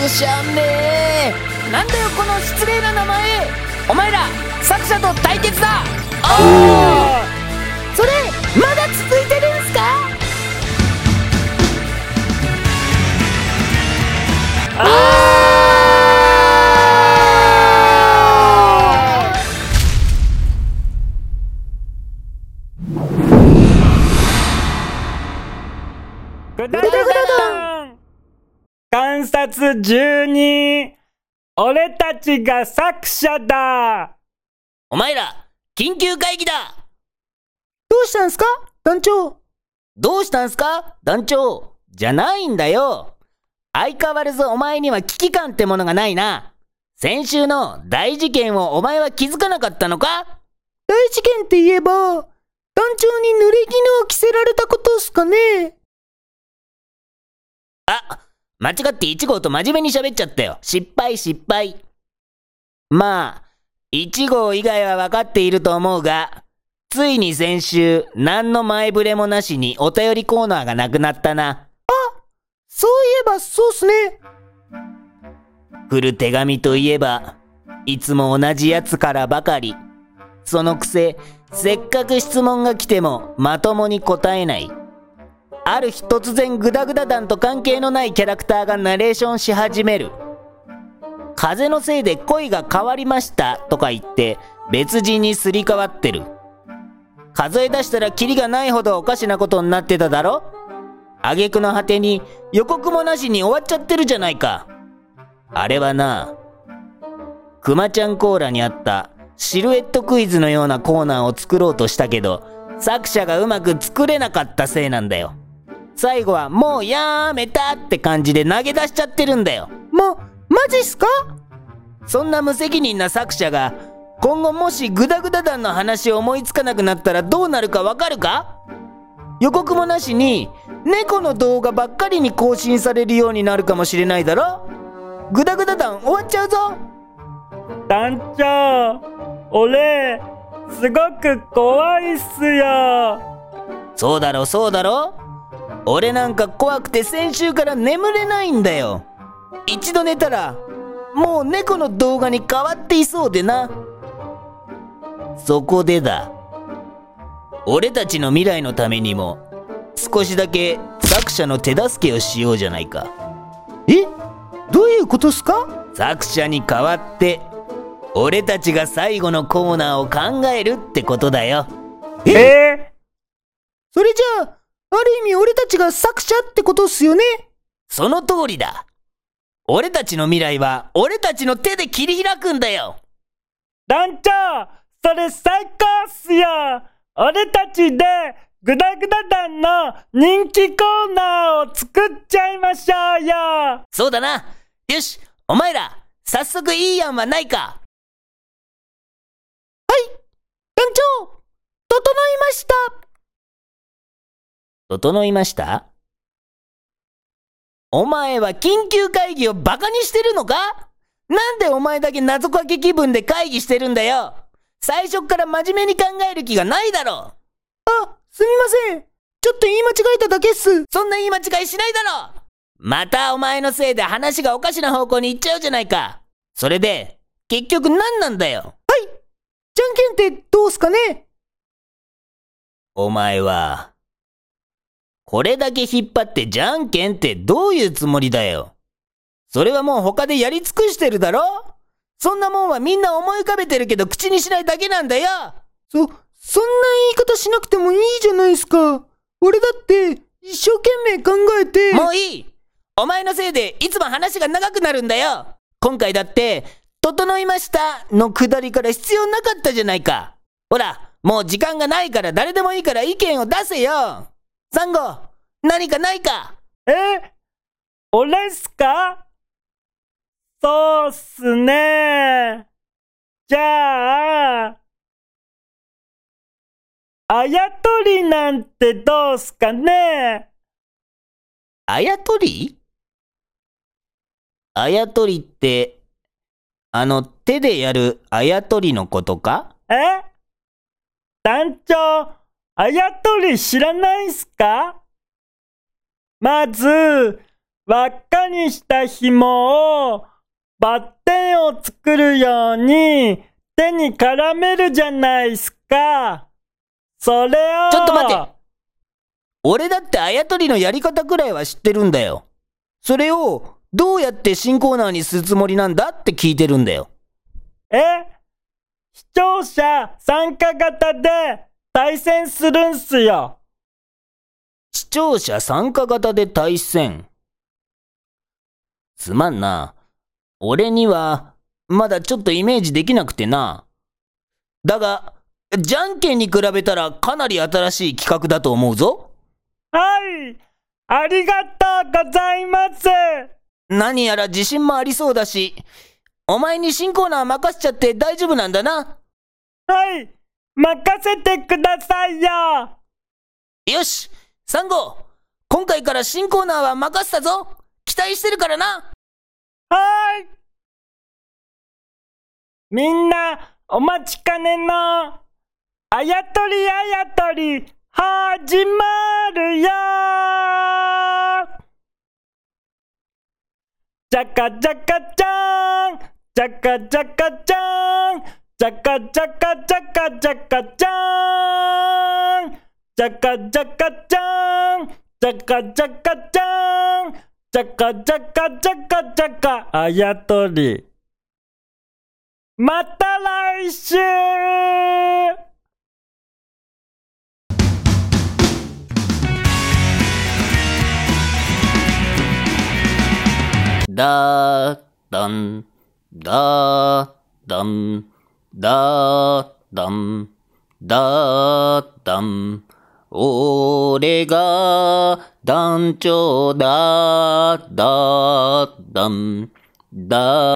しゃんねー。なんだよこの失礼な名前。お前ら作者と対決だ。それまだ続いてるんすか？ グダグダン観察12、俺たちが作者だ。 お前ら緊急会議だ。 どうしたんすか団長。 どうしたんすか団長じゃないんだよ。相変わらずお前には危機感ってものがないな。先週の大事件をお前は気づかなかったのか？ 大事件って言えば、団長に濡れ衣を着せられたことっすかね。 あ、間違って1号と真面目に喋っちゃったよ。失敗。まあ、1号以外は分かっていると思うが、ついに先週、何の前触れもなしにお便りコーナーがなくなったな。 そういえばそうっすね。 来る手紙といえば、いつも同じやつからばかり。そのくせ、せっかく質問が来てもまともに答えない。ある日突然グダグダ団と関係のないキャラクターがナレーションし始める。風のせいで声が変わりましたとか言って別人にすり替わってる。数え出したらキリがないほどおかしなことになってただろ。挙句の果てに予告もなしに終わっちゃってるじゃないか。あれはな、クマちゃんコーラにあったシルエットクイズのようなコーナーを作ろうとしたけど、作者がうまく作れなかったせいなんだよ。最後はもうやめたって感じで投げ出しちゃってるんだよ。 マジっすか？ そんな無責任な作者が今後もしグダグダ団の話を思いつかなくなったらどうなるかわかるか？予告もなしに猫の動画ばっかりに更新されるようになるかもしれないだろ。グダグダ団終わっちゃうぞ。 団長、俺すごく怖いっすよ。 そうだろ俺なんか怖くて先週から眠れないんだよ。一度寝たらもう猫の動画に変わっていそうでな。そこでだ、俺たちの未来のためにも少しだけ作者の手助けをしようじゃないか。 どういうことっすか？ 作者に代わって俺たちが最後のコーナーを考えるってことだよ。 それじゃあ、ある意味俺たちが作者ってことっすよね。 その通りだ。俺たちの未来は俺たちの手で切り開くんだよ。 団長、それ最高っすよ。俺たちでグダグダ団の人気コーナーを作っちゃいましょうよ。 そうだな。よし、お前ら早速いい案はないか？ 団長、整いました。 整いました？お前は緊急会議をバカにしてるのか？なんでお前だけ謎かけ気分で会議してるんだよ。最初から真面目に考える気がないだろ。 すみません。ちょっと言い間違えただけっす。 そんな言い間違いしないだろ。またお前のせいで話がおかしな方向に行っちゃうじゃないか。それで結局何なんだよ。 じゃんけんってどうすかね？ お前はこれだけ引っ張ってじゃんけんってどういうつもりだよ。それはもう他でやり尽くしてるだろ。そんなもんはみんな思い浮かべてるけど口にしないだけなんだよ。 そんな言い方しなくてもいいじゃないですか。俺だって一生懸命考えて。 もういい。お前のせいでいつも話が長くなるんだよ。今回だって整いましたのくだりから必要なかったじゃないか。ほら、もう時間がないから誰でもいいから意見を出せよ。サンゴ、何かないか？ 俺っすか？そうっすね。じゃあ、あやとりなんてどうすかね？ あやとり？あやとりって、手でやるあやとりのことか？ 団長、あやとり知らないっすか？まず、 輪っかにした紐をバッテンを作るように手に絡めるじゃないすか。それを。 ちょっと待て。俺だってあやとりのやり方くらいは知ってるんだよ。それをどうやって新コーナーにするつもりなんだって聞いてるんだよ。 視聴者参加型で対戦するんすよ。 視聴者参加型で対戦。すまんな。俺にはまだちょっとイメージできなくてな。だが、じゃんけんに比べたらかなり新しい企画だと思うぞ。 はい、ありがとうございます。 何やら自信もありそうだし、お前に新コーナー任せちゃって大丈夫なんだな。 はい、任せてくださいよ。 よし、サンゴ、今回から新コーナーは任せたぞ。期待してるからな。 はい。みんな、お待ちかねの、あやとりあやとり、始まるよー。じゃかじゃかじゃーん、じゃかじゃかじゃーん、じゃかじゃかじゃかじゃかじゃーん、じゃかじゃかじゃーん、じゃかじゃかじゃーん、じゃかじゃかじゃかじゃか、あやとり。また来週。 だーだん、だーだん、だーだん、だーだん。俺が団長だーだーだん、だー